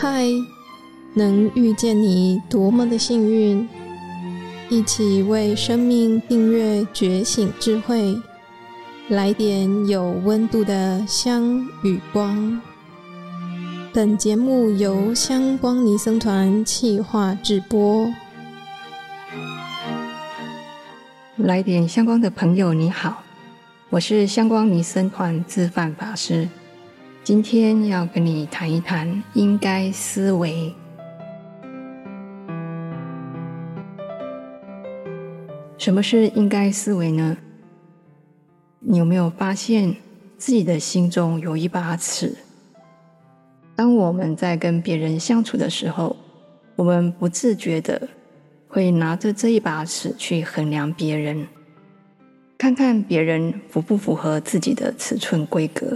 嗨，能遇见你多么的幸运！一起为生命订阅觉醒智慧，来点有温度的香与光。本节目由香光尼僧团企划制播。 来点香光的朋友你好，我是香光尼僧团自范法师。今天要跟你谈一谈应该思维。什么是应该思维呢？你有没有发现自己的心中有一把尺？当我们在跟别人相处的时候，我们不自觉的会拿着这一把尺去衡量别人，看看别人符不符合自己的尺寸规格。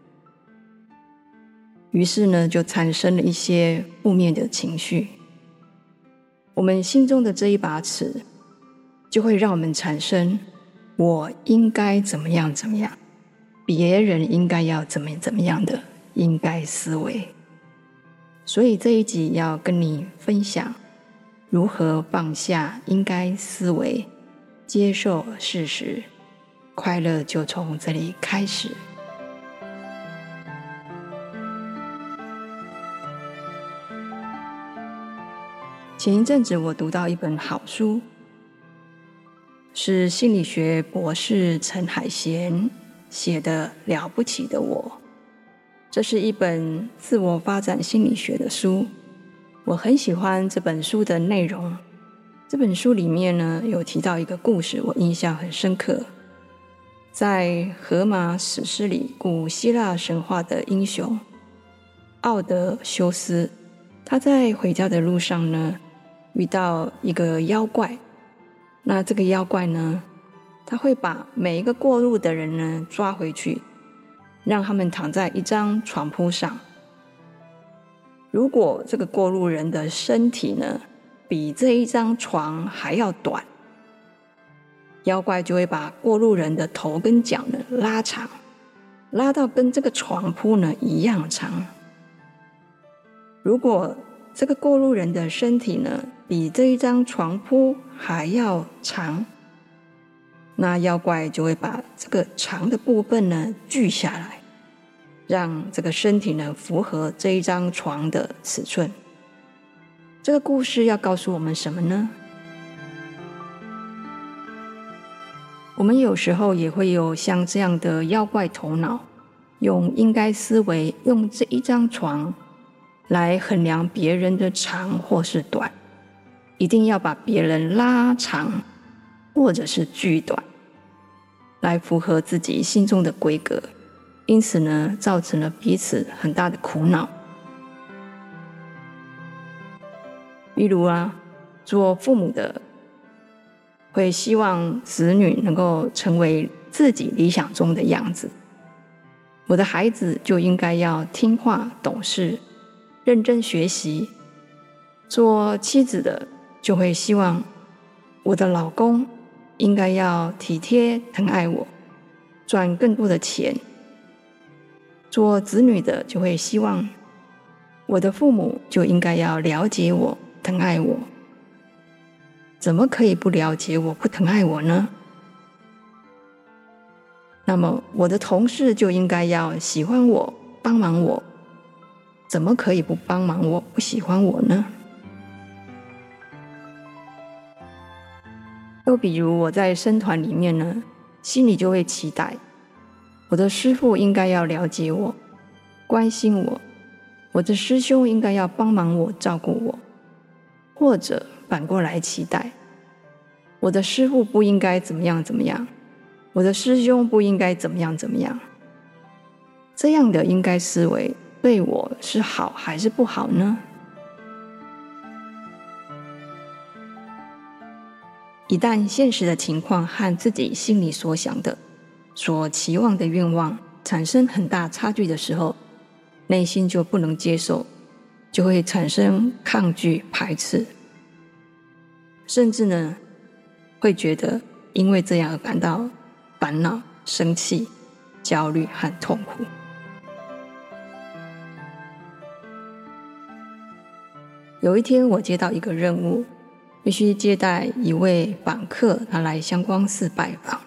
于是呢，就产生了一些负面的情绪。我们心中的这一把尺，就会让我们产生我应该怎么样怎么样，别人应该要怎么样的应该思维。所以这一集要跟你分享如何放下应该思维，接受事实，快乐就从这里开始。前一阵子我读到一本好书，是心理学博士陈海贤写的《了不起的我》。这是一本自我发展心理学的书，我很喜欢这本书的内容。这本书里面呢，有提到一个故事，我印象很深刻。在荷马史诗里，古希腊神话的英雄奥德修斯，他在回家的路上呢，遇到一个妖怪。那这个妖怪呢，他会把每一个过路的人呢抓回去，让他们躺在一张床铺上。如果这个过路人的身体呢比这一张床还要短，妖怪就会把过路人的头跟脚呢拉长，拉到跟这个床铺呢一样长。如果这个过路人的身体呢比这一张床铺还要长，那妖怪就会把这个长的部分呢锯下来，让这个身体呢符合这一张床的尺寸。这个故事要告诉我们什么呢？我们有时候也会有像这样的妖怪头脑，用应该思维，用这一张床来衡量别人的长或是短，一定要把别人拉长或者是锯短，来符合自己心中的规格。因此呢，造成了彼此很大的苦恼。例如做父母的会希望子女能够成为自己理想中的样子，我的孩子就应该要听话懂事，认真学习。做妻子的就会希望我的老公应该要体贴疼爱我，赚更多的钱。做子女的就会希望我的父母就应该要了解我，疼爱我。怎么可以不了解我，不疼爱我呢？那么我的同事就应该要喜欢我，帮忙我。怎么可以不帮忙我，不喜欢我呢？又比如我在僧团里面呢，心里就会期待我的师父应该要了解我，关心我，我的师兄应该要帮忙我，照顾我。或者反过来期待我的师父不应该怎么样怎么样，我的师兄不应该怎么样怎么样。这样的应该思维对我是好还是不好呢？一旦现实的情况和自己心里所想的、所期望的愿望产生很大差距的时候，内心就不能接受，就会产生抗拒、排斥，甚至呢，会觉得因为这样而感到烦恼、生气、焦虑和痛苦。 有一天我接到一个任务，必须接待一位访客，他来香光寺拜访。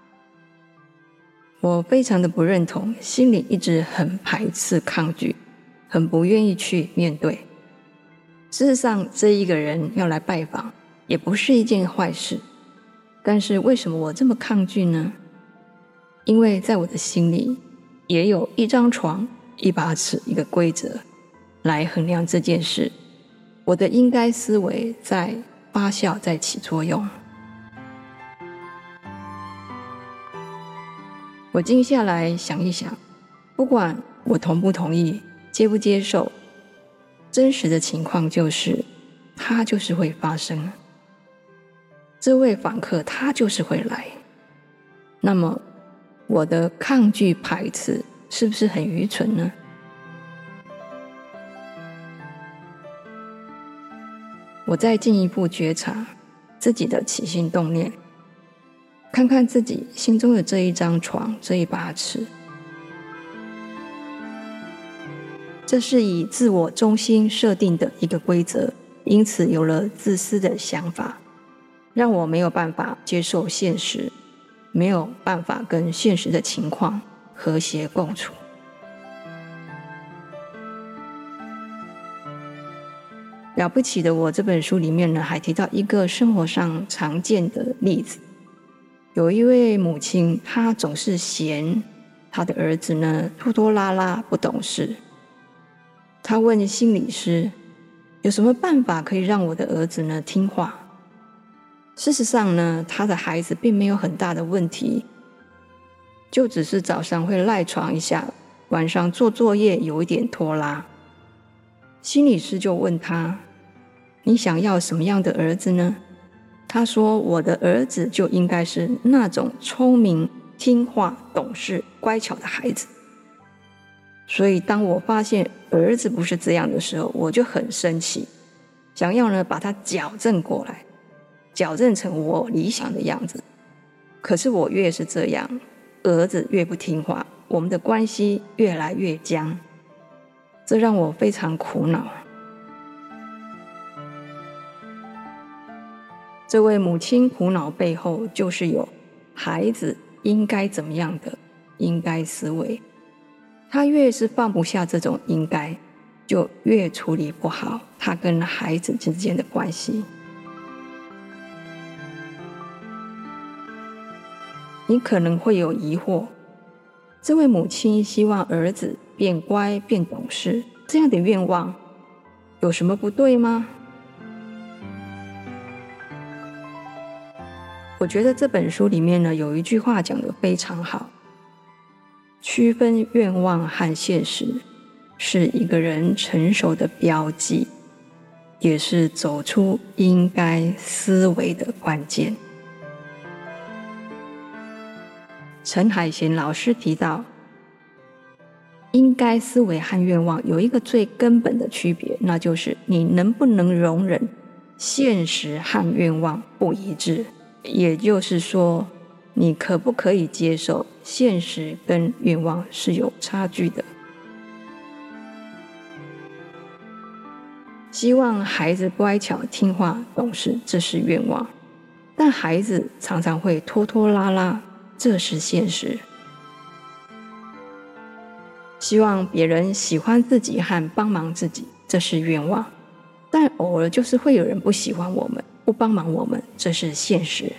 我非常的不认同，心里一直很排斥抗拒，很不愿意去面对。事实上，这一个人要来拜访也不是一件坏事，但是为什么我这么抗拒呢？因为在我的心里也有一张床、一把尺、一个规则来衡量这件事，我的应该思维在发酵，在起作用。我静下来想一想，不管我同不同意，接不接受，真实的情况就是它就是会发生，这位访客他就是会来。那么我的抗拒排斥是不是很愚蠢呢？我再进一步觉察自己的起心动念，看看自己心中的这一张床，这一把尺，这是以自我中心设定的一个规则，因此有了自私的想法，让我没有办法接受现实，没有办法跟现实的情况和谐共处。了不起的我这本书里面呢，还提到一个生活上常见的例子。有一位母亲，她总是嫌她的儿子呢拖拖拉拉不懂事。她问心理师，有什么办法可以让我的儿子呢听话？事实上呢，他的孩子并没有很大的问题，就只是早上会赖床一下，晚上做作业有一点拖拉。心理师就问他，你想要什么样的儿子呢？他说，我的儿子就应该是那种聪明、听话、懂事、乖巧的孩子。所以当我发现儿子不是这样的时候，我就很生气，想要呢把他矫正过来，矫正成我理想的样子。可是我越是这样，儿子越不听话，我们的关系越来越僵，这让我非常苦恼。这位母亲苦恼背后，就是有孩子应该怎么样的应该思维。他越是放不下这种应该，就越处理不好他跟孩子之间的关系。你可能会有疑惑，这位母亲希望儿子变乖变懂事，这样的愿望有什么不对吗？我觉得这本书里面呢，有一句话讲得非常好，区分愿望和现实是一个人成熟的标记，也是走出应该思维的关键。陈海贤老师提到，应该思维和愿望有一个最根本的区别，那就是你能不能容忍现实和愿望不一致，也就是说，你可不可以接受现实跟愿望是有差距的。希望孩子乖巧听话懂事，这是愿望，但孩子常常会拖拖拉拉，这是现实。希望别人喜欢自己和帮忙自己，这是愿望，但偶尔就是会有人不喜欢我们，不帮忙我们，这是现实。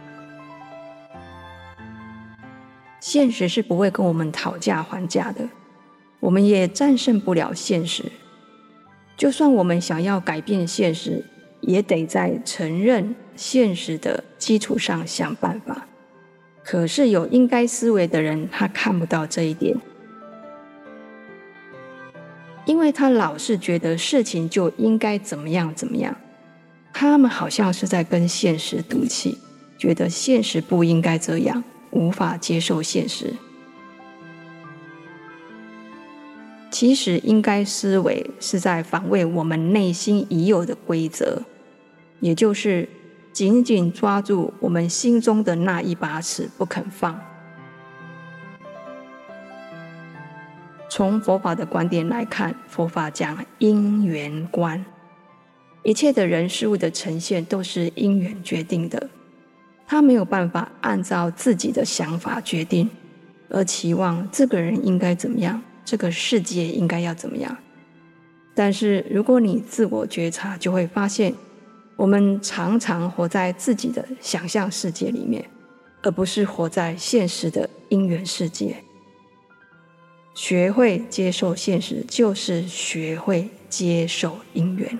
现实是不会跟我们讨价还价的，我们也战胜不了现实。就算我们想要改变现实，也得在承认现实的基础上想办法。可是有应该思维的人，他看不到这一点，因为他老是觉得事情就应该怎么样怎么样，他们好像是在跟现实赌气，觉得现实不应该这样，无法接受现实。其实应该思维是在防卫我们内心已有的规则，也就是紧紧抓住我们心中的那一把尺不肯放。从佛法的观点来看，佛法讲因缘观， 一切的人事物的呈现都是因缘决定的，他没有办法按照自己的想法决定，而期望这个人应该怎么样，这个世界应该要怎么样。但是如果你自我觉察，就会发现我们常常活在自己的想象世界里面，而不是活在现实的因缘世界。学会接受现实，就是学会接受因缘。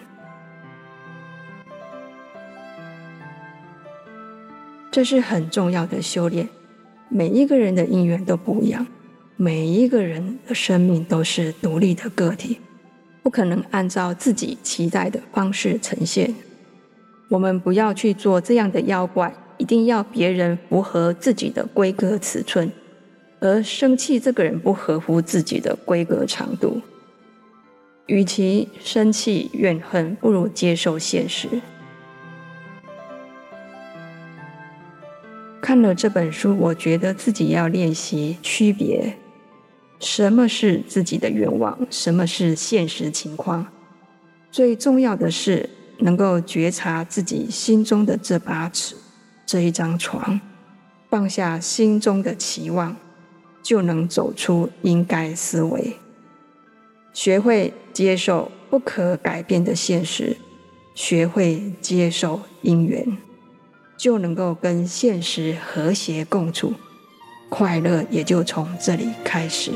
这是很重要的修炼。每一个人的因缘都不一样，每一个人的生命都是独立的个体，不可能按照自己期待的方式呈现。我们不要去做这样的妖怪，一定要别人符合自己的规格尺寸，而生气这个人不合乎自己的规格长度。与其生气怨恨，不如接受现实。看了这本书，我觉得自己要练习区别什么是自己的愿望，什么是现实情况。最重要的是能够觉察自己心中的这把尺，这一张床，放下心中的期望，就能走出应该思维。学会接受不可改变的现实，学会接受因缘，就能够跟现实和谐共处，快乐也就从这里开始。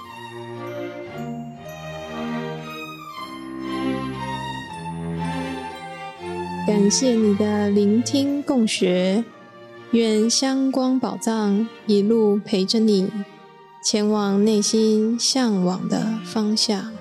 感谢你的聆听共学，愿香光宝藏一路陪着你，前往内心向往的方向。